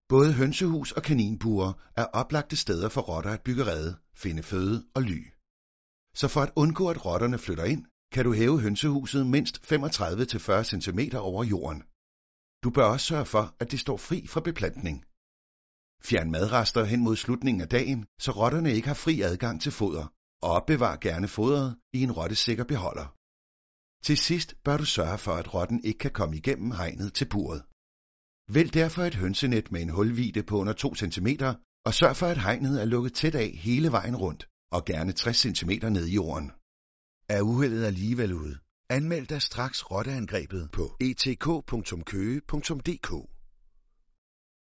Både hønsehus og kaninbure er oplagte steder for rotter at bygge rede, finde føde og ly. Så for at undgå at rotterne flytter ind, kan du hæve hønsehuset mindst 35-40 cm over jorden. Du bør også sørge for, at det står fri fra beplantning. Fjern madrester hen mod slutningen af dagen, så rotterne ikke har fri adgang til foder, og opbevar gerne fodret i en rottesikker beholder. Til sidst bør du sørge for, at rotten ikke kan komme igennem hegnet til buret. Vælg derfor et hønsenet med en hulvidde på under 2 cm, og sørg for, at hegnet er lukket tæt af hele vejen rundt, og gerne 60 cm ned i jorden. Er uheldet alligevel ude? Anmeld dig straks rotteangrebet på etk.køge.dk.